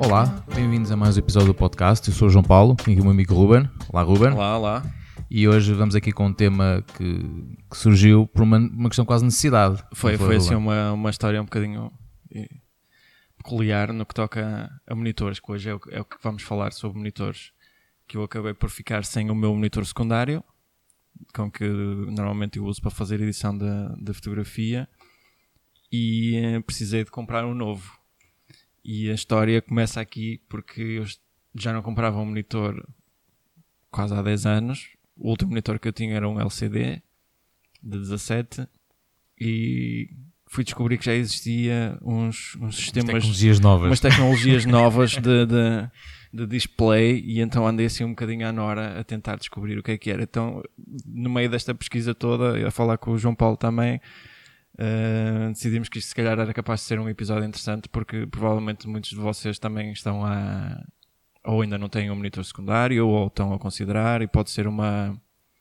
Olá, bem-vindos a mais um episódio do podcast. Eu sou o João Paulo, tenho aqui o meu amigo Ruben. Olá, Ruben. Olá. E hoje vamos aqui com um tema que surgiu por uma questão quase de necessidade. Foi assim uma história um bocadinho peculiar no que toca a monitores, que hoje é o que vamos falar sobre monitores. Que eu acabei por ficar sem o meu monitor secundário, com que normalmente eu uso para fazer edição de fotografia, e precisei de comprar um novo. E a história começa aqui porque eu já não comprava um monitor quase há 10 anos. O último monitor que eu tinha era um LCD de 17 e fui descobrir que já existia uns sistemas, umas tecnologias novas de display, e então andei assim um bocadinho à nora a tentar descobrir o que é que era. Então, no meio desta pesquisa toda, a falar com o João Paulo também, decidimos que isto se calhar era capaz de ser um episódio interessante, porque provavelmente muitos de vocês também estão ou ainda não têm um monitor secundário ou estão a considerar, e pode ser uma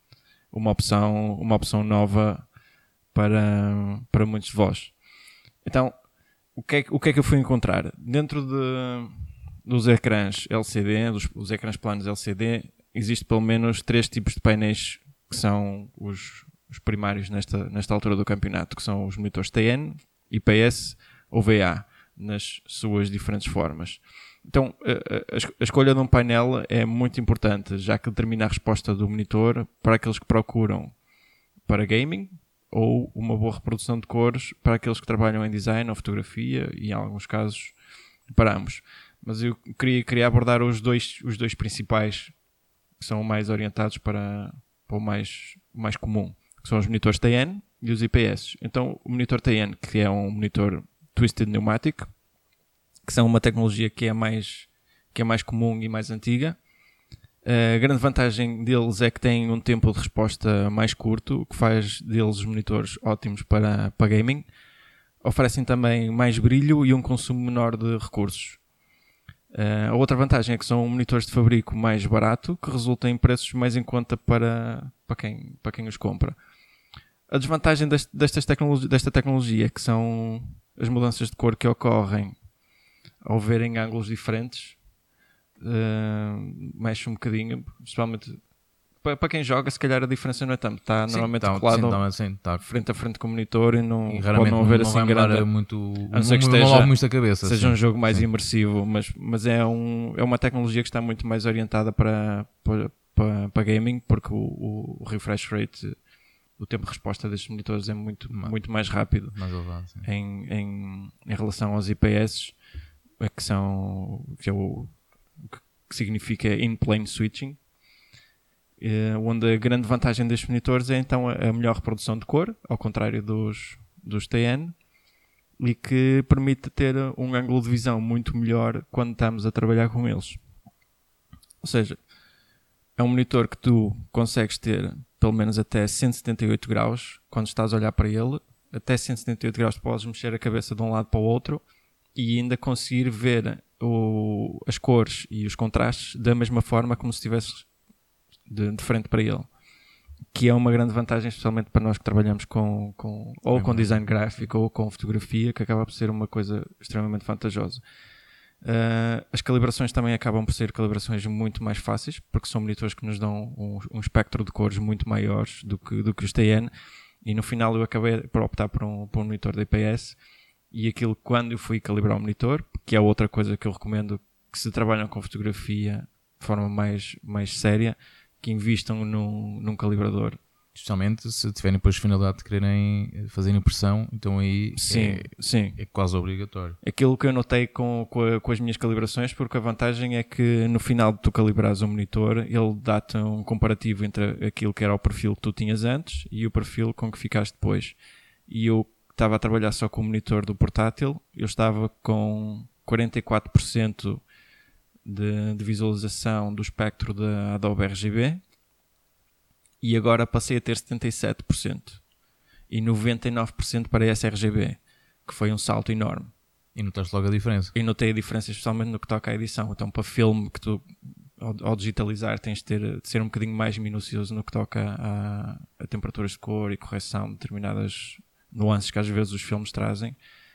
opção nova para muitos de vós. Então, o que é que eu fui encontrar? Dentro dos ecrãs LCD, os ecrãs planos LCD, existe pelo menos 3 tipos de painéis que são os primários nesta altura do campeonato, que são os monitores TN, IPS ou VA, nas suas diferentes formas. Então, a escolha de um painel é muito importante, já que determina a resposta do monitor para aqueles que procuram para gaming, ou uma boa reprodução de cores para aqueles que trabalham em design ou fotografia, e em alguns casos para ambos. Mas eu queria abordar os dois principais, que são mais orientados para o mais comum, que são os monitores TN e os IPS. Então, o monitor TN, que é um monitor Twisted Pneumatic, que são uma tecnologia que é mais comum e mais antiga. A grande vantagem deles é que têm um tempo de resposta mais curto, o que faz deles os monitores ótimos para gaming. Oferecem também mais brilho e um consumo menor de recursos. A outra vantagem é que são monitores de fabrico mais barato, que resultam em preços mais em conta para quem os compra. A desvantagem desta tecnologia é que são as mudanças de cor que ocorrem ao verem ângulos diferentes. Mexe um bocadinho, principalmente para quem joga. Se calhar a diferença não é tanto, está normalmente colado frente a frente com o monitor, e não pode não haver assim grande muito, a não ser que esteja muito a cabeça, seja um jogo mais imersivo, mas é uma tecnologia que está muito mais orientada para gaming, porque o refresh rate, o tempo de resposta destes monitores é muito mais rápido, mais elevado, em relação aos IPS, que significa in-plane switching, onde a grande vantagem destes monitores é então a melhor reprodução de cor, ao contrário dos TN, e que permite ter um ângulo de visão muito melhor quando estamos a trabalhar com eles. Ou seja, é um monitor que tu consegues ter pelo menos até 178 graus quando estás a olhar para ele. Até 178 graus tu podes mexer a cabeça de um lado para o outro e ainda conseguir ver as cores e os contrastes da mesma forma, como se estivesses de frente para ele, que é uma grande vantagem, especialmente para nós que trabalhamos com design gráfico ou com fotografia, que acaba por ser uma coisa extremamente vantajosa. As calibrações também acabam por ser calibrações muito mais fáceis, porque são monitores que nos dão um espectro de cores muito maiores do que os TN, e no final eu acabei por optar por um monitor de IPS. E aquilo, quando eu fui calibrar o monitor, que é outra coisa que eu recomendo, que se trabalham com fotografia de forma mais séria, que invistam num calibrador. Especialmente se tiverem depois finalidade de quererem fazer impressão, então aí sim. É quase obrigatório. Aquilo que eu notei com as minhas calibrações, porque a vantagem é que no final de tu calibrares o monitor, ele dá-te um comparativo entre aquilo que era o perfil que tu tinhas antes e o perfil com que ficaste depois. E eu estava a trabalhar só com o monitor do portátil, eu estava com 44% de visualização do espectro da Adobe RGB, e agora passei a ter 77% e 99% para sRGB, que foi um salto enorme. E notaste logo a diferença? E notei a diferença, especialmente no que toca à edição. Então, para filme, que tu ao digitalizar tens de ser um bocadinho mais minucioso no que toca a temperaturas de cor e correção de determinadas nuances que às vezes os filmes trazem,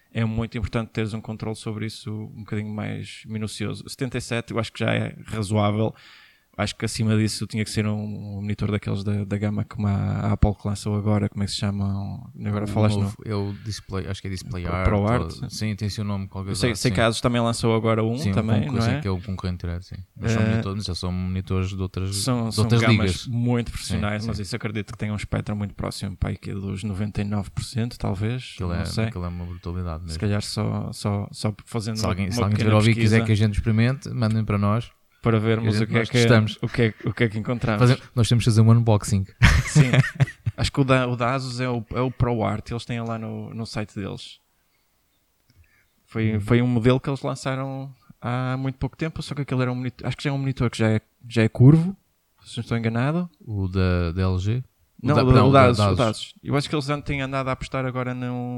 é muito importante teres um controle sobre isso um bocadinho mais minucioso. 77 eu acho que já é razoável. Acho que acima disso tinha que ser um monitor daqueles da gama como a Apple que lançou agora. Como é que se chama? Agora falaste no... É o Display, acho que é Display Art. Pro Art. Sim, tem seu nome. Sei que a ASUS também lançou agora sim, também, não é? Que é o concorrente direto, sim. Mas são monitores, já são monitores de outras, são gamas ligas. Muito profissionais, sim, mas isso acredito que tem um espectro muito próximo para aí que é dos 99%, talvez. Aquilo é uma brutalidade mesmo. Se calhar só fazendo se alguém uma tiver a ouvir e quiser que a gente experimente, mandem para nós. Para vermos o que é que encontramos. Nós temos que fazer um unboxing. Sim. Acho que o da ASUS é o Pro Art. Eles têm lá no site deles. Foi um modelo que eles lançaram há muito pouco tempo, só que aquele era um monitor. Acho que já é um monitor que já é curvo, se não estou enganado. O da LG? O da ASUS. Eu acho que eles têm andado a apostar agora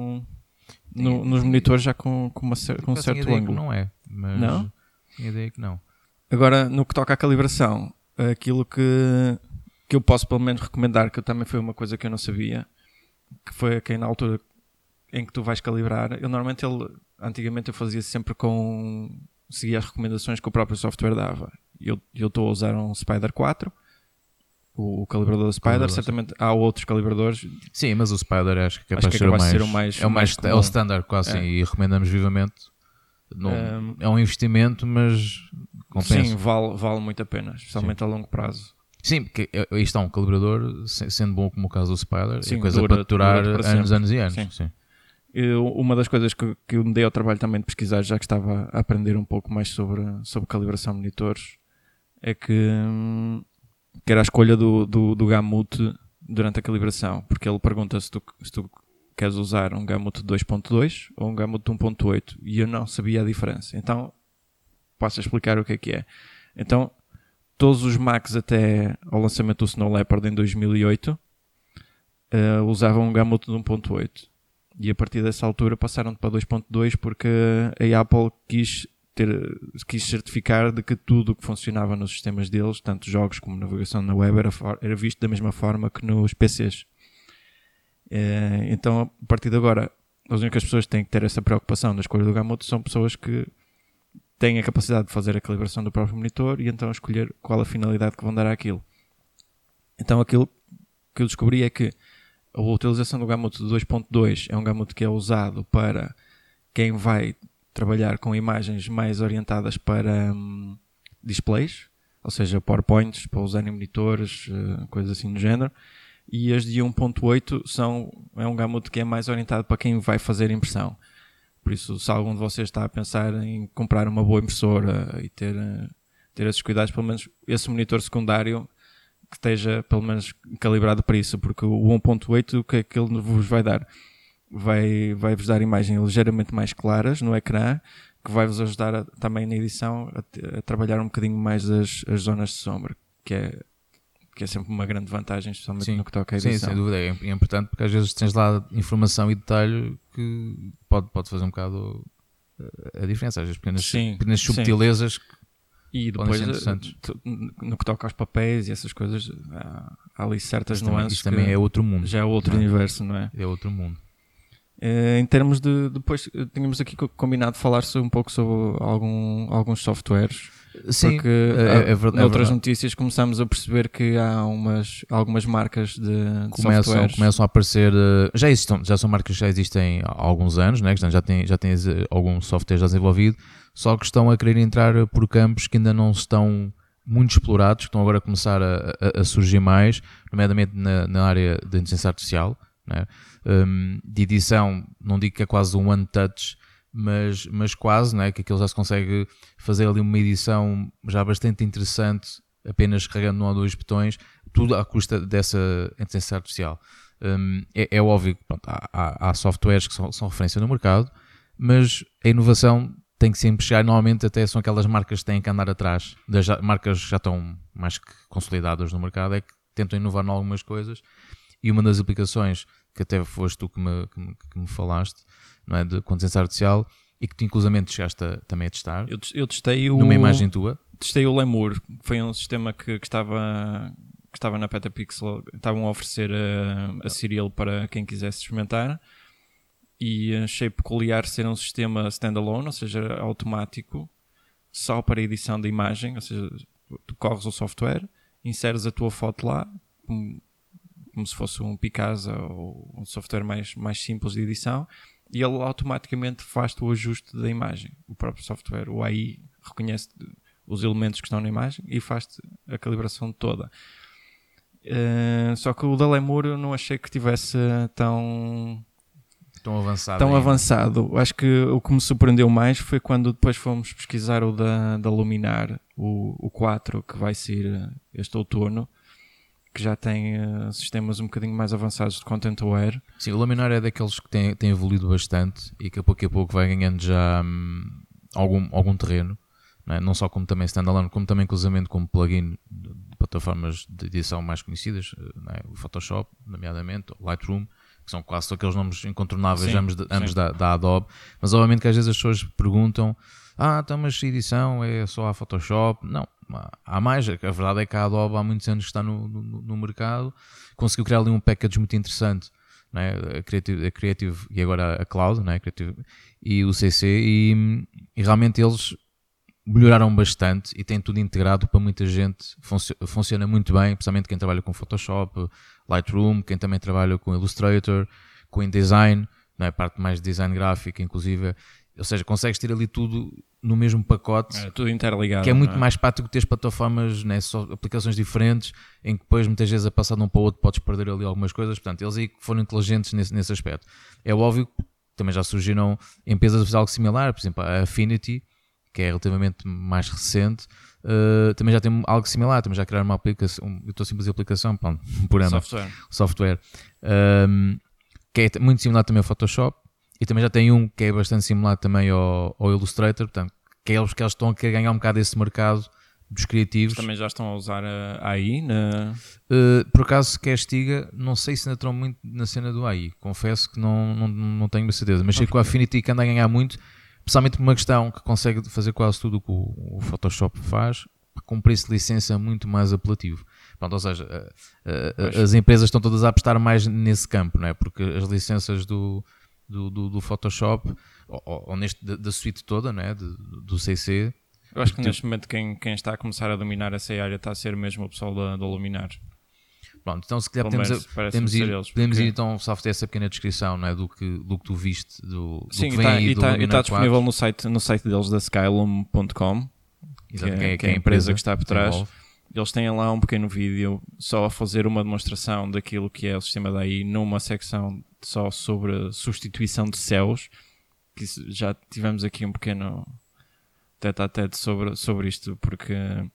nos monitores já com um certo ângulo. Não é, mas não? Tenho ideia que não. Agora, no que toca à calibração, aquilo que eu posso pelo menos recomendar, que também foi uma coisa que eu não sabia, que foi que na altura em que tu vais calibrar, antigamente eu fazia sempre seguia as recomendações que o próprio software dava. Eu estou a usar um Spider 4, o calibrador da Spider, certamente há outros calibradores. Sim, mas o Spider acho que é capaz de ser o mais é o standard quase, e recomendamos vivamente. É um investimento, mas compensa. Sim, vale muito a pena, especialmente a longo prazo. Sim, porque aí está um calibrador, sendo bom como o caso do Spider, sim, é coisa para durar anos e anos. Sim. Uma das coisas que eu me dei ao trabalho também de pesquisar, já que estava a aprender um pouco mais sobre calibração de monitores, é que era a escolha do gamut durante a calibração, porque ele pergunta se tu queres usar um gamut de 2.2 ou um gamut de 1.8, e eu não sabia a diferença. Então, passo a explicar o que é. Então, todos os Macs até ao lançamento do Snow Leopard em 2008 usavam um gamut de 1.8. E a partir dessa altura passaram para 2.2 porque a Apple quis certificar de que tudo o que funcionava nos sistemas deles, tanto jogos como navegação na web, era visto da mesma forma que nos PCs. Então, a partir de agora, as únicas pessoas que têm que ter essa preocupação na escolha do gamut são pessoas que têm a capacidade de fazer a calibração do próprio monitor e então escolher qual a finalidade que vão dar àquilo. Então, aquilo que eu descobri é que a utilização do gamut de 2.2 é um gamut que é usado para quem vai trabalhar com imagens mais orientadas para displays, ou seja, PowerPoints para usar em monitores, coisas assim do género. E as de 1.8 é um gamut que é mais orientado para quem vai fazer impressão. Por isso, se algum de vocês está a pensar em comprar uma boa impressora e ter esses cuidados, pelo menos esse monitor secundário que esteja pelo menos calibrado para isso, porque o 1.8 o que é que ele vos vai dar? Vai-vos dar imagens ligeiramente mais claras no ecrã, que vai-vos ajudar também na edição a trabalhar um bocadinho mais as zonas de sombra, que é sempre uma grande vantagem, especialmente no que toca à edição. Sim, sem dúvida, é importante porque às vezes tens lá informação e detalhe que pode fazer um bocado a diferença, às vezes pequenas subtilezas. E depois, no que toca aos papéis e essas coisas, há ali certas nuances. Isso também é outro mundo. Já é outro universo, não é? É outro mundo. Em termos de... Depois, tínhamos aqui combinado falar-se um pouco sobre alguns softwares. Sim, porque é verdade. Noutras notícias começamos a perceber que há algumas marcas de softwares. Começam a aparecer... Já são marcas que já existem há alguns anos, né? Que já têm algum software já desenvolvido, só que estão a querer entrar por campos que ainda não estão muito explorados, que estão agora a começar a surgir mais, nomeadamente na área da inteligência artificial, né? De edição, não digo que é quase um one touch, mas quase, né? Que aquilo já se consegue fazer ali uma edição já bastante interessante, apenas carregando um ou dois botões, tudo à custa dessa inteligência artificial. É óbvio que pronto, há softwares que são referência no mercado, mas a inovação tem que sempre chegar, normalmente até são aquelas marcas que têm que andar atrás, das marcas que já estão mais que consolidadas no mercado, é que tentam inovar em algumas coisas, e uma das aplicações que até foste tu que me falaste, não é, de inteligência artificial, e que tu inclusivamente chegaste também a testar. Eu testei numa imagem tua. Testei o Lemur, foi um sistema que estava na Petapixel, estavam a oferecer a Serial para quem quisesse experimentar. e achei peculiar ser um sistema standalone, ou seja, automático, só para edição da imagem, ou seja, tu corres o software, inseres a tua foto lá, como se fosse um Picasa ou um software mais simples de edição, e ele automaticamente faz-te o ajuste da imagem. O próprio software, o AI, reconhece os elementos que estão na imagem e faz-te a calibração toda. Só que o da Lemur eu não achei que tivesse tão avançado. Acho que o que me surpreendeu mais foi quando depois fomos pesquisar o da Luminar, o 4, que vai sair este outono, que já tem sistemas um bocadinho mais avançados de Content Aware. Sim, o Luminar é daqueles que tem evoluído bastante e que a pouco vai ganhando já algum terreno, não só como também standalone, como também cruzamento como plugin de plataformas de edição mais conhecidas, o Photoshop, nomeadamente, o Lightroom, que são quase aqueles nomes incontornáveis, ambos da Adobe. Mas obviamente que às vezes as pessoas perguntam: então mas a edição é só a Photoshop? Não, há mais. A verdade é que a Adobe há muitos anos que está no mercado, conseguiu criar ali um package muito interessante, a Creative e agora a Cloud, a Creative e o CC, e realmente eles melhoraram bastante e têm tudo integrado para muita gente, funciona muito bem, principalmente quem trabalha com Photoshop, Lightroom, quem também trabalha com Illustrator, com InDesign, a parte mais de design gráfico, inclusive, ou seja, consegues ter ali tudo no mesmo pacote, tudo interligado, que é muito mais prático ter plataformas, só aplicações diferentes, em que depois muitas vezes a passar de um para o outro podes perder ali algumas coisas. Portanto, eles aí foram inteligentes nesse aspecto. É óbvio que também já surgiram empresas a fazer algo similar, por exemplo a Affinity, que é relativamente mais recente, também já tem algo similar, também já criaram uma aplicação, eu estou sempre a dizer aplicação, pronto, programa, software, que é muito similar também ao Photoshop, e também já tem um que é bastante similar também ao Illustrator, portanto, que eles estão a querer ganhar um bocado desse mercado dos criativos. Também já estão a usar a AI? Por acaso, que é Stiga, não sei se ainda estão muito na cena do AI, confesso que não tenho certeza, mas sei que o Affinity que anda a ganhar muito, especialmente por uma questão que consegue fazer quase tudo o que o Photoshop faz, com um preço de licença muito mais apelativo. Pronto, ou seja, as empresas estão todas a apostar mais nesse campo, porque as licenças do Photoshop, ou da suite toda, do CC... Eu acho que neste momento quem está a começar a dominar essa área está a ser mesmo o pessoal da Luminar. Pronto, então se calhar podemos ir então só fazer essa pequena descrição, do que tu viste, do sim, que vem aí do Luminar. E está disponível no site deles, da Skylum.com, que é a empresa que está por trás. Eles têm lá um pequeno vídeo só a fazer uma demonstração daquilo que é o sistema da AI, numa secção só sobre substituição de céus, que já tivemos aqui um pequeno tete-a-tete sobre isto, porque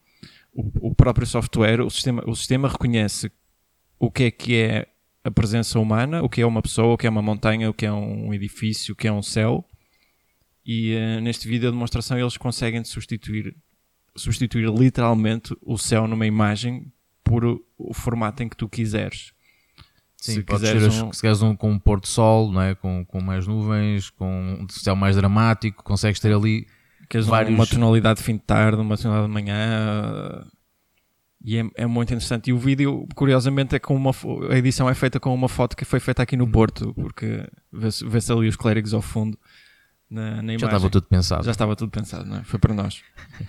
o próprio software, o sistema reconhece o que é a presença humana, o que é uma pessoa, o que é uma montanha, o que é um edifício, o que é um céu, e neste vídeo de demonstração eles conseguem substituir literalmente o céu numa imagem por o formato em que tu quiseres. Sim, se queres com um pôr do sol, com mais nuvens, com um céu mais dramático, consegues ter ali uma tonalidade de fim de tarde, uma tonalidade de manhã, e é muito interessante. E o vídeo, curiosamente, a edição é feita com uma foto que foi feita aqui no Porto, porque vê-se ali os clérigos ao fundo na imagem. Já estava tudo pensado. Já estava tudo pensado, não é? Foi para nós.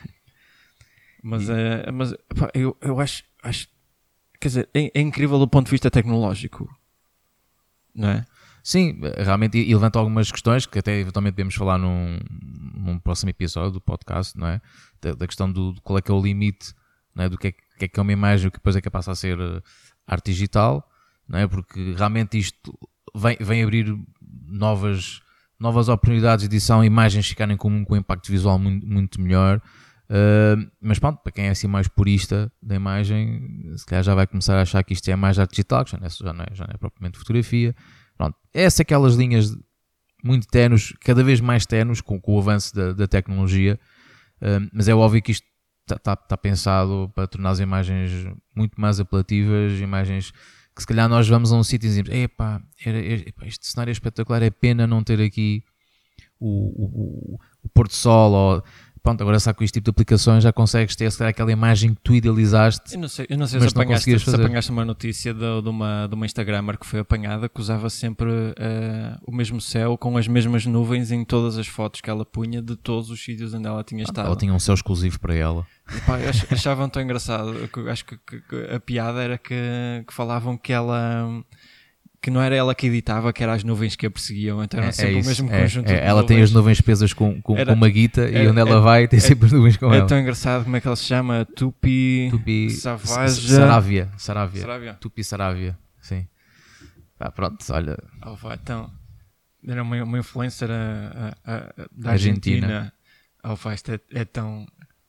Mas pá, eu acho, quer dizer, é incrível do ponto de vista tecnológico, não é? Sim, realmente, e levanta algumas questões que até eventualmente podemos falar num próximo episódio do podcast, não é? Da questão do qual é que é o limite, não é? Do que é uma imagem, o que depois é que passa a ser arte digital, não é? Porque realmente isto vem abrir novas oportunidades de edição, imagens ficarem com um impacto visual muito, muito melhor. Mas pronto, para quem é assim mais purista da imagem, se calhar já vai começar a achar que isto é mais arte digital, que já não é propriamente fotografia. Pronto, essas aquelas linhas muito tenues, cada vez mais tenues com o avanço da tecnologia, mas é óbvio que isto está pensado para tornar as imagens muito mais apelativas, imagens que se calhar nós vamos a um sítio e dizemos: este cenário é espetacular, é pena não ter aqui o pôr do sol, ou pronto, agora sabe com este tipo de aplicações já consegues ter aquela imagem que tu idealizaste. Eu não sei se apanhaste uma notícia de uma Instagrammer que foi apanhada, que usava sempre o mesmo céu com as mesmas nuvens em todas as fotos que ela punha de todos os sítios onde ela tinha estado. Ela tinha um céu exclusivo para ela. E, pá, achavam tão engraçado. Acho que a piada era que falavam que ela... que não era ela que editava, que eram as nuvens que a perseguiam, então era sempre o mesmo conjunto de ela nuvens. tem as nuvens presas com uma guita e onde ela vai tem sempre as nuvens com ela. É tão engraçado. Como é que ela se chama? Tupi Saravia. Tupi Saravia, sim. Pronto, olha. Então, era uma influencer da Argentina. Isto é tão...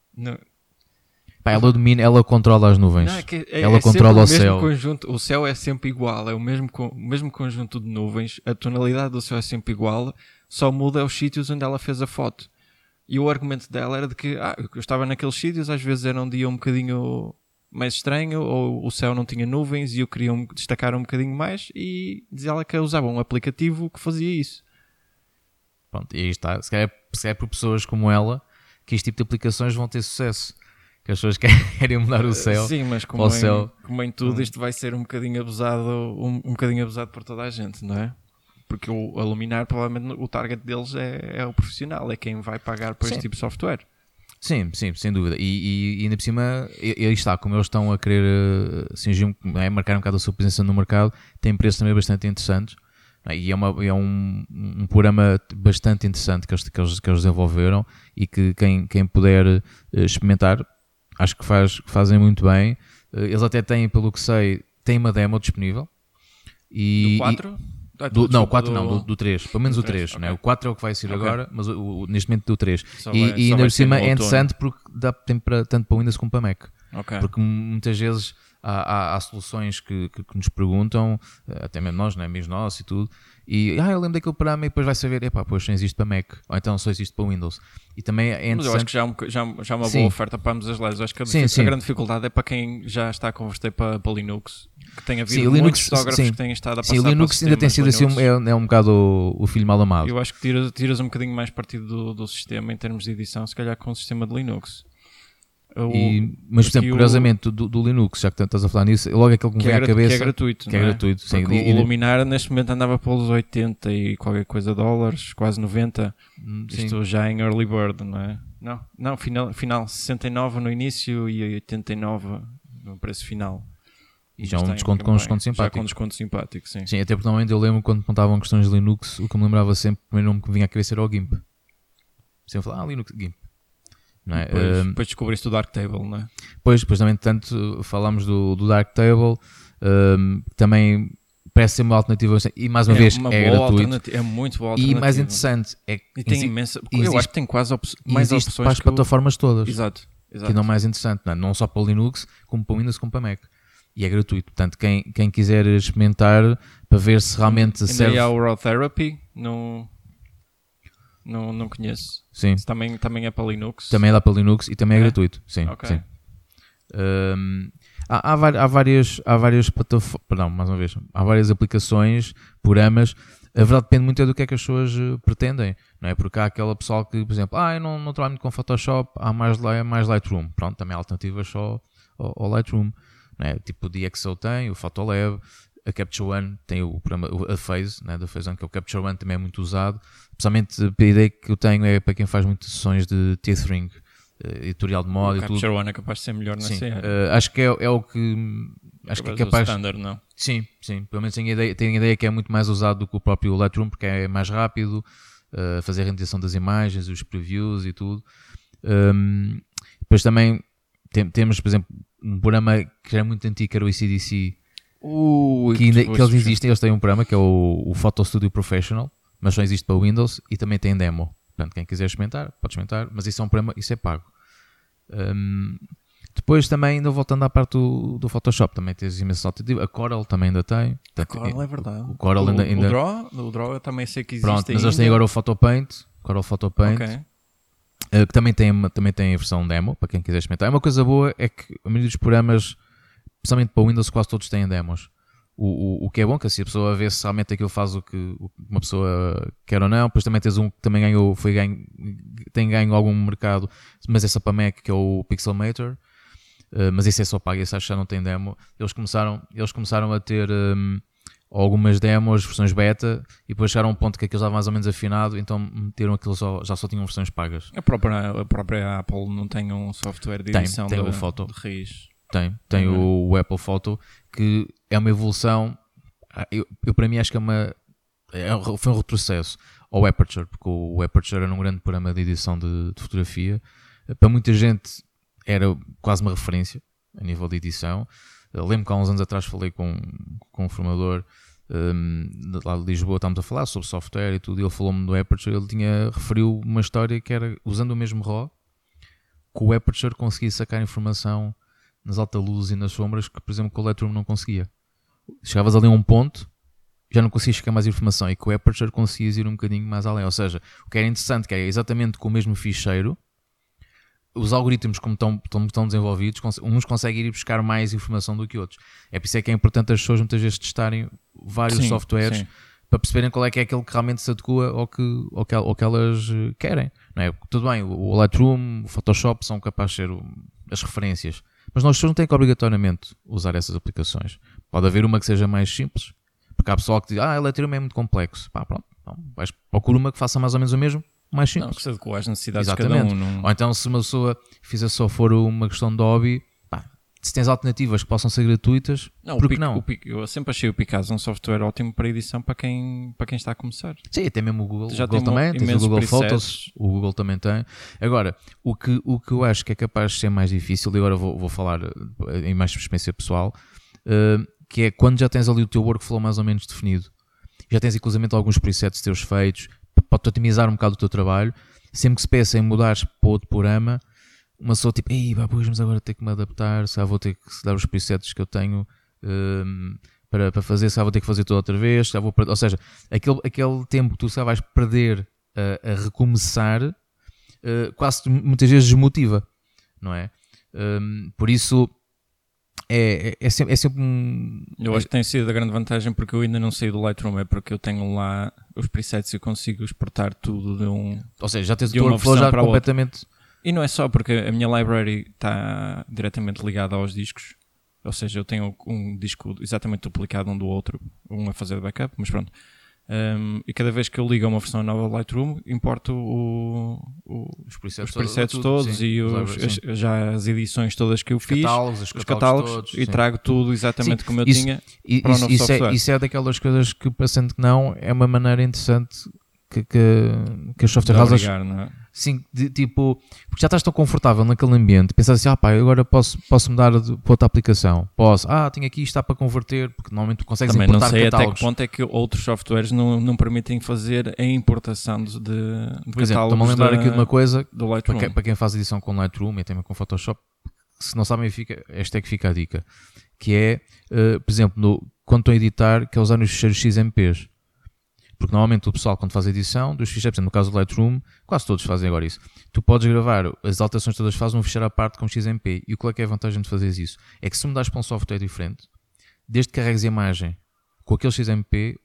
Ela domina, ela controla as nuvens. Não, ela controla o céu. O céu é sempre igual, é o mesmo conjunto de nuvens, a tonalidade do céu é sempre igual, só muda os sítios onde ela fez a foto. E o argumento dela era de que eu estava naqueles sítios, às vezes era um dia um bocadinho mais estranho, ou o céu não tinha nuvens e eu queria destacar um bocadinho mais, e dizia ela que usava um aplicativo que fazia isso. Pronto, e aí está. Se calhar por pessoas como ela que este tipo de aplicações vão ter sucesso. Que as pessoas querem mudar o céu. Sim, mas como em tudo, isto vai ser um bocadinho abusado, um bocadinho abusado por toda a gente, não é? Porque a Luminar, provavelmente, o target deles é o profissional, é quem vai pagar por este tipo de software. Sim, sem dúvida. E ainda por cima, aí está, como eles estão a querer marcar um bocado a sua presença no mercado, tem preços também bastante interessantes. E é um programa bastante interessante que eles desenvolveram e que quem puder experimentar, acho que fazem muito bem. Eles até têm, pelo que sei, têm uma demo disponível. Do 4? Não, o 4 não, do 3. Pelo menos o 3. Okay. Né? O 4 é o que vai sair agora, mas neste momento do 3. E ainda por cima é interessante porque dá tempo tanto para Windows como para Mac. Okay. Porque muitas vezes há soluções que nos perguntam, até mesmo nós, né, amigos nossos e tudo, e eu lembro daquele programa e depois vai saber, pois só existe para Mac, ou então só existe para Windows. E também é interessante. Mas eu acho que já é uma boa oferta para ambos as leis. Eu acho que a grande dificuldade é para quem já está a converter para Linux, que tem havido muitos fotógrafos que têm estado a passar para Linux ainda tem sido assim, é um bocado o filho mal amado. Eu acho que tiras um bocadinho mais partido do sistema em termos de edição, se calhar com o sistema de Linux. Mas, por exemplo, curiosamente, do Linux, já que estás a falar nisso, logo aquele que me vem à cabeça... Que é gratuito, que é gratuito, sim. O Luminar, neste momento, andava pelos 80 e qualquer coisa dólares, quase 90. Isto já em early bird, não é? Não, final 69 no início e 89 no preço final. E já um desconto com um desconto simpático. Já com um desconto simpático, sim. Sim, até porque normalmente eu lembro quando contavam questões de Linux, o que me lembrava sempre, o primeiro nome que me vinha à cabeça era o GIMP. Sempre falar, Linux, GIMP. Não é? Depois descobriste o Darktable, não é? Depois também, tanto falámos do Darktable, também parece ser uma alternativa, e mais uma vez é gratuito. É muito boa alternativa. E mais interessante é que tem imensa, eu acho que tem quase mais opções para as plataformas todas. Exato. Que não é mais interessante, não só para o Linux, como para o Windows, como para o Mac. E é gratuito. Portanto, quem quiser experimentar para ver se realmente serve. E há o Raw Therapy, não conheço. Sim. Também é para Linux. Também é lá para Linux e também é gratuito. Sim. Okay. Sim. Há várias plataformas. Perdão, mais uma vez. Há várias aplicações, programas. A verdade depende muito do que é que as pessoas pretendem. Não é? Porque há aquela pessoa que, por exemplo, eu não trabalho muito com Photoshop, há mais Lightroom. Pronto, também há alternativas só ao Lightroom. Não é? Tipo o DxO tem, o Photolab. A Capture One tem o programa, a Phase, né, da Phase One, que é o Capture One, também é muito usado. Especialmente a ideia que eu tenho é para quem faz muitas sessões de tethering, editorial de moda e tudo. O Capture One é capaz de ser melhor nessa área. Acho que é o que... Acho que é capaz... standard, não? Sim. Pelo menos tenho a ideia que é muito mais usado do que o próprio Lightroom, porque é mais rápido, fazer a renderização das imagens, os previews e tudo. Depois também temos, por exemplo, um programa que era muito antigo, que era o ECDC, que eles existem. Eles têm um programa que é o Photo Studio Professional, mas só existe para Windows e também tem demo. Portanto, quem quiser experimentar, pode experimentar, mas isso é um programa, isso é pago. Depois também, ainda voltando à parte do Photoshop, também tens imensas alternativas. A Corel também ainda tem. A Corel é verdade. O Corel ainda... O Draw eu também sei que existe. Pronto, mas eles têm agora o Photopaint, Corel Photopaint, que também tem a versão demo, para quem quiser experimentar. Uma coisa boa é que a maioria dos programas, especialmente para o Windows, quase todos têm demos. O que é bom, que assim a pessoa vê se realmente aquilo faz o que uma pessoa quer ou não. Depois também tens um que também tem ganho algum mercado, mas é só para Mac, que é o Pixelmator. Mas esse é só pago, esse acho que já não tem demo. Eles começaram a ter algumas demos, versões beta, e depois chegaram a um ponto que aquilo já mais ou menos afinado, então meteram aquilo já só tinham versões pagas. A própria Apple não tem um software de edição tem o Photo. de raiz. Tem o Apple Photo, que é uma evolução. Eu para mim acho que foi um retrocesso ao Aperture, porque o Aperture era um grande programa de edição de fotografia. Para muita gente era quase uma referência a nível de edição. Eu lembro que há uns anos atrás falei com um formador lá de Lisboa, estávamos a falar sobre software e tudo, e ele falou-me do Aperture. Ele referiu uma história que era, usando o mesmo RAW, que o Aperture conseguia sacar informação nas altas luzes e nas sombras que, por exemplo, com o Lightroom não conseguia. Chegavas ali a um ponto, já não conseguias chegar mais informação, e com o Aperture conseguias ir um bocadinho mais além. Ou seja, o que era interessante, que era exatamente com o mesmo ficheiro, os algoritmos, como estão desenvolvidos, uns conseguem ir buscar mais informação do que outros. É por isso que é importante as pessoas muitas vezes testarem vários softwares para perceberem qual é que é aquele que realmente se adequa ao que elas querem. Não é? Tudo bem, o Lightroom, o Photoshop são capazes de ser as referências, mas nós não têm que obrigatoriamente usar essas aplicações. Pode haver uma que seja mais simples, porque há pessoal que diz, Lightroom é muito complexo. Pá, pronto, então, procura uma que faça mais ou menos o mesmo, mais simples. Não, que se adequa às necessidades Exatamente. de cada um. Ou então, se uma pessoa fizer só for uma questão de hobby, se tens alternativas que possam ser gratuitas, por que não? Eu sempre achei o Picasa um software ótimo para edição para quem está a começar. Sim, até mesmo o Google. Já o Google também, tens o Google presets. Photos, o Google também tem. Agora, o que eu acho que é capaz de ser mais difícil, e agora vou falar em mais experiência pessoal, que é quando já tens ali o teu workflow mais ou menos definido, já tens inclusivamente alguns presets teus feitos, para te otimizar um bocado o teu trabalho, sempre que se pensa em mudares para outro programa, uma pessoa tipo, vamos agora ter que me adaptar, se vou ter que dar os presets que eu tenho para fazer, se vou ter que fazer tudo outra vez, ou seja, aquele tempo que tu se vais perder a recomeçar, quase muitas vezes desmotiva, não é? Por isso é sempre Eu acho que tem sido a grande vantagem, porque eu ainda não saí do Lightroom, é porque eu tenho lá os presets e consigo exportar tudo de um. Ou seja, já tens o teu workflow já completamente. E não é só porque a minha library está diretamente ligada aos discos, ou seja, eu tenho um disco exatamente duplicado um do outro, um a fazer backup, mas pronto. E cada vez que eu ligo a uma versão nova do Lightroom, importo os presets todos e já as edições todas que eu fiz, os catálogos todos, e trago tudo exatamente como eu tinha para o novo software. Isso é daquelas coisas que, parecendo que não, é uma maneira interessante que os software houses... não é? Sim, tipo, porque já estás tão confortável naquele ambiente, pensas assim, agora posso mudar para outra aplicação, tenho aqui, está para converter, porque normalmente tu consegues também importar catálogos. Também não sei catálogos. até que ponto é que outros softwares não permitem fazer a importação de por exemplo, estou-me a lembrar aqui de uma coisa, do Lightroom. Para quem faz edição com Lightroom e também com Photoshop, se não sabem, esta é que fica a dica, que é, por exemplo, quando estão a editar, que é usar os ficheiros XMPs. Porque normalmente o pessoal, quando faz a edição dos ficheiros, no caso do Lightroom, quase todos fazem agora isso. Tu podes gravar as alterações todas, fazes um ficheiro à parte com XMP. E qual é que é a vantagem de fazeres isso? É que se mudares para um software diferente, desde que carregues a imagem com aquele XMP,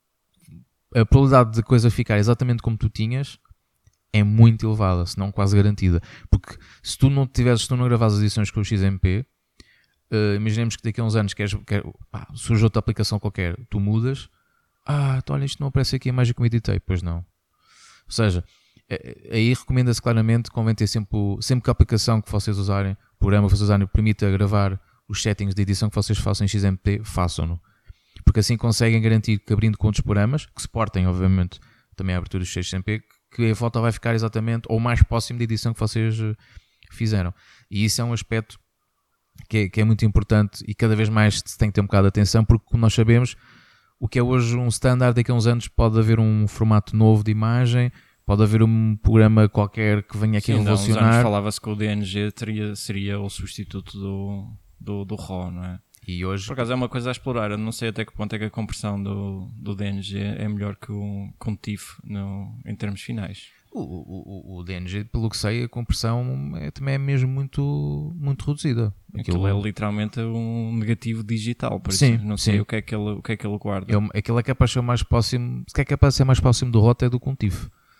a probabilidade de a coisa ficar exatamente como tu tinhas é muito elevada, se não quase garantida. Porque se tu não gravares as edições com o XMP, imaginemos que daqui a uns anos surge outra aplicação qualquer, tu mudas, então olha, isto não aparece aqui a imagem que eu editei, pois não. Ou seja, aí recomenda-se claramente, convém ter sempre que a aplicação que vocês usarem, o programa que vocês usarem, permita gravar os settings de edição que vocês façam em XMP, façam-no. Porque assim conseguem garantir que, abrindo com outros programas, que suportem, obviamente, também a abertura dos XMP, que a foto vai ficar exatamente ou mais próximo da edição que vocês fizeram. E isso é um aspecto que é muito importante e cada vez mais se tem que ter um bocado de atenção, porque, como nós sabemos, o que é hoje um standard, daqui a uns anos pode haver um formato novo de imagem, pode haver um programa qualquer que venha aqui a revolucionar. Há uns anos falava-se que o DNG seria o substituto do RAW, não é? E hoje... Por acaso é uma coisa a explorar. Eu não sei até que ponto é que a compressão do DNG é melhor que um TIFF em termos finais. O DNG, pelo que sei, a compressão também é mesmo muito, muito reduzida. Aquilo é literalmente um negativo digital, por sim, isso não sei o que é que ele guarda. Aquilo é capaz de ser mais próximo, se é capaz de ser mais próximo do RAW até do que um TIFF.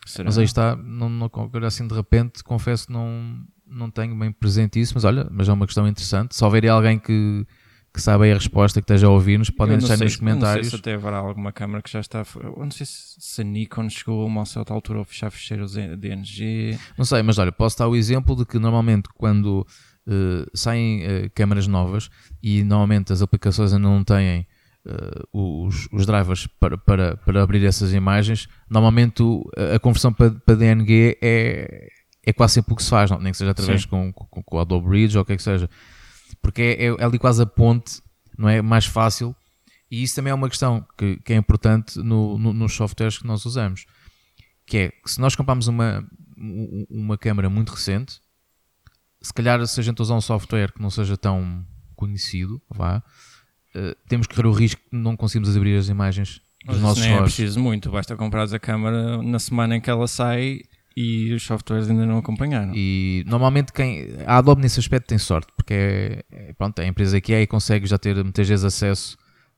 Será? Mas aí está, agora assim de repente, confesso que não tenho bem presente isso, mas olha, mas é uma questão interessante. Se houver alguém que sabe aí a resposta, que esteja a ouvir-nos, podem deixar nos comentários. Não sei se até haverá alguma câmara que já está... Eu não sei se a Nikon chegou a uma certa altura a fechar ficheiros DNG. Não sei, mas olha, posso dar o exemplo de que normalmente quando saem câmaras novas e normalmente as aplicações ainda não têm os drivers para abrir essas imagens, normalmente a conversão para DNG é quase sempre o que se faz, nem que seja através com o Adobe Bridge ou o que é que seja. Porque é ali quase a ponte, não é? Mais fácil. E isso também é uma questão que é importante nos softwares que nós usamos. Que é que se nós comprarmos uma câmera muito recente, se calhar se a gente usar um software que não seja tão conhecido, temos que correr o risco de não conseguirmos abrir as imagens dos nossos nem softwares. É preciso muito, basta comprares a câmera na semana em que ela sai e os softwares ainda não acompanharam. E normalmente a Adobe nesse aspecto tem sorte, porque pronto, a empresa que é e consegue já ter muitas vezes acesso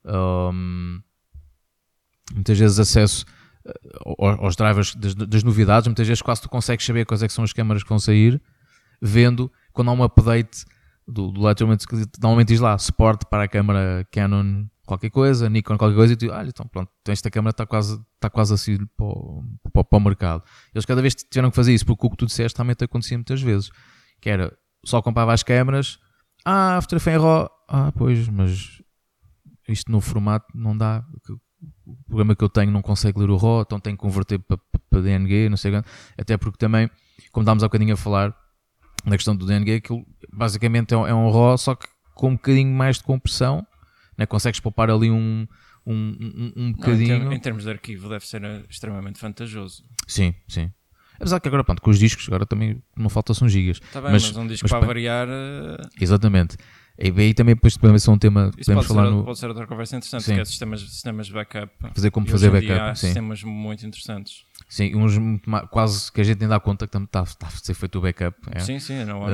aos drivers das novidades. Muitas vezes quase tu consegues saber quais é que são as câmaras que vão sair, vendo quando há um update do Lightroom, que normalmente diz lá suporte para a câmara Canon qualquer coisa, Nikon qualquer coisa, e tu, olha, então pronto, esta câmera está quase a sair para o mercado. Eles cada vez tiveram que fazer isso, porque o que tu disseste também te acontecia muitas vezes, que era, só comprava as câmaras, After Effects em RAW, pois, mas isto no formato não dá, o programa que eu tenho não consegue ler o RAW, então tenho que converter para DNG, não sei quanto, até porque também, como estávamos há bocadinho a falar, na questão do DNG, aquilo basicamente é um RAW, só que com um bocadinho mais de compressão, né? Consegues poupar ali um bocadinho. Em termos de arquivo deve ser extremamente vantajoso. Sim. Apesar que agora, pronto, com os discos, agora também não faltam são gigas. Está bem, mas um disco para variar... Exatamente. E aí também depois ser um tema que podemos falar pode ser outra conversa interessante, que é sistemas de backup. Fazer backup, há sistemas muito interessantes. Sim, uns quase que a gente nem dá conta que está a ser feito o backup. É? Sim, não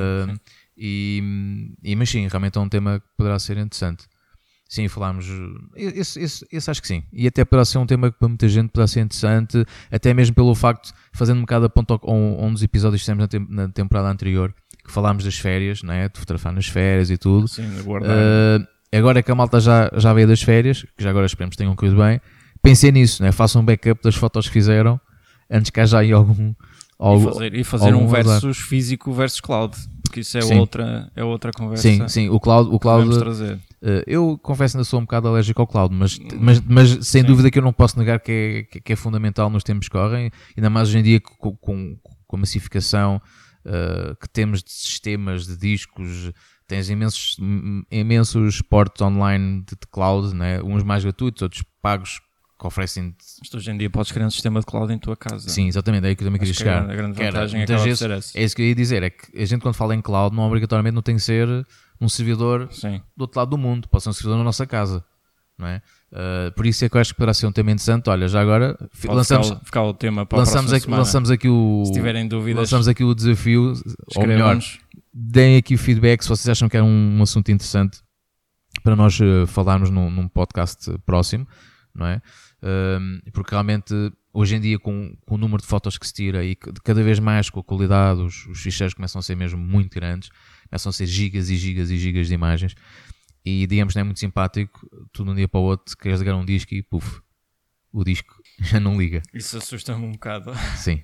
mas sim, realmente é um tema que poderá ser interessante. Sim, falámos. Esse acho que sim. E até poderá ser um tema que para muita gente poderá ser interessante, até mesmo pelo facto, fazendo um bocado a ponto um dos episódios que fizemos na temporada anterior, que falámos das férias, né? De fotografar nas férias e tudo. Sim, de guardar. Agora que a malta já veio das férias, que já agora esperemos que tenham corrido bem, pensei nisso, né? Façam um backup das fotos que fizeram antes que haja aí algum. E fazer um versus físico versus cloud, porque isso é outra conversa. Sim, o cloud. Trazer. Eu confesso ainda sou um bocado alérgico ao cloud, mas sem dúvida que eu não posso negar que é fundamental nos tempos que correm, ainda mais hoje em dia com a massificação que temos de sistemas, de discos, tens imensos portos online de cloud, né? Uns mais gratuitos, outros pagos, que oferecem... Mas hoje em dia podes criar um sistema de cloud em tua casa. Sim, exatamente, é aí que eu também queria chegar. A grande vantagem acaba de ser essa. É isso que eu ia dizer, é que a gente quando fala em cloud não obrigatoriamente não tem que ser um servidor do outro lado do mundo, pode ser um servidor na nossa casa, não é? Por isso é que eu acho que poderá ser um tema interessante. Olha, já agora ficar o tema para lançamos aqui o... Se tiverem dúvidas, lançamos aqui o desafio, ou melhor, deem aqui o feedback se vocês acham que é um assunto interessante para nós falarmos num podcast próximo, não é? Porque realmente hoje em dia com o número de fotos que se tira e cada vez mais com a qualidade, os ficheiros começam a ser mesmo muito grandes, começam a ser gigas e gigas e gigas de imagens, e digamos não é muito simpático tu de um dia para o outro queres ligar um disco e puf, o disco já não liga. Isso assusta-me um bocado. Sim,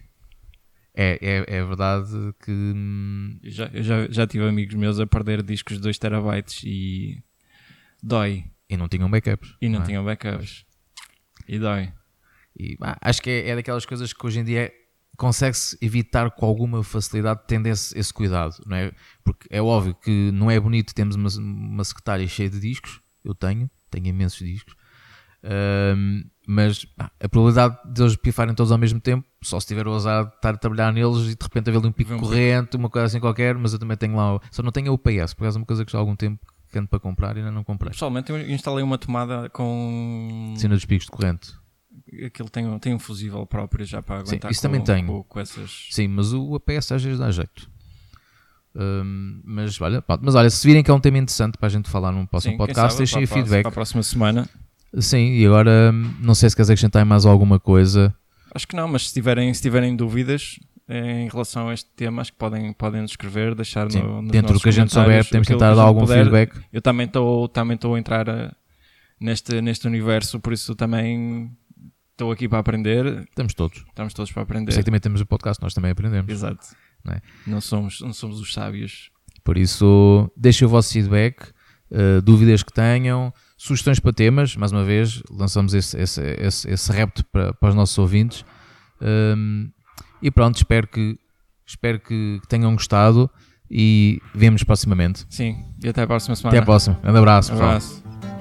é verdade que eu já tive amigos meus a perder discos de 2 terabytes e dói. E não tinham backups. Tinham backups. E dói. E, acho que é daquelas coisas que hoje em dia consegue-se evitar com alguma facilidade tendo esse cuidado, não é? Porque é óbvio que não é bonito termos uma secretária cheia de discos, eu tenho imensos discos, mas a probabilidade de eles pifarem todos ao mesmo tempo, só se tiver ousado estar a trabalhar neles e de repente haver um pico corrente, uma coisa assim qualquer, mas eu também tenho lá, só não tenho a UPS, por causa de uma coisa que já há algum tempo que ando para comprar e ainda não comprei. Pessoalmente eu instalei uma tomada com... Cena dos picos de corrente. Aquilo tem um fusível próprio já para aguentar. Sim, isso também tenho. Com essas... Sim, mas o APS às vezes dá jeito. Mas olha, se virem que é um tema interessante para a gente falar num próximo podcast, deixem o feedback. Para a próxima semana. Sim, e agora não sei se queres acrescentar mais alguma coisa. Acho que não, mas se tiverem dúvidas em relação a este tema, acho que podem nos escrever, deixar nos dentro do que a gente souber, comentários temos aquilo tentado que dar a gente algum puder. feedback. Eu também estou a entrar neste universo, por isso também estou aqui para aprender. Estamos todos para aprender. Por isso é que também temos o podcast, nós também aprendemos. Exato. Não é? Não somos os sábios. Por isso, deixem o vosso feedback, dúvidas que tenham, sugestões para temas. Mais uma vez, lançamos esse repto para os nossos ouvintes. E pronto, espero que tenham gostado e vemo-nos proximamente. Sim, e até a próxima semana. Até à próxima. Um abraço, pessoal. Abraço.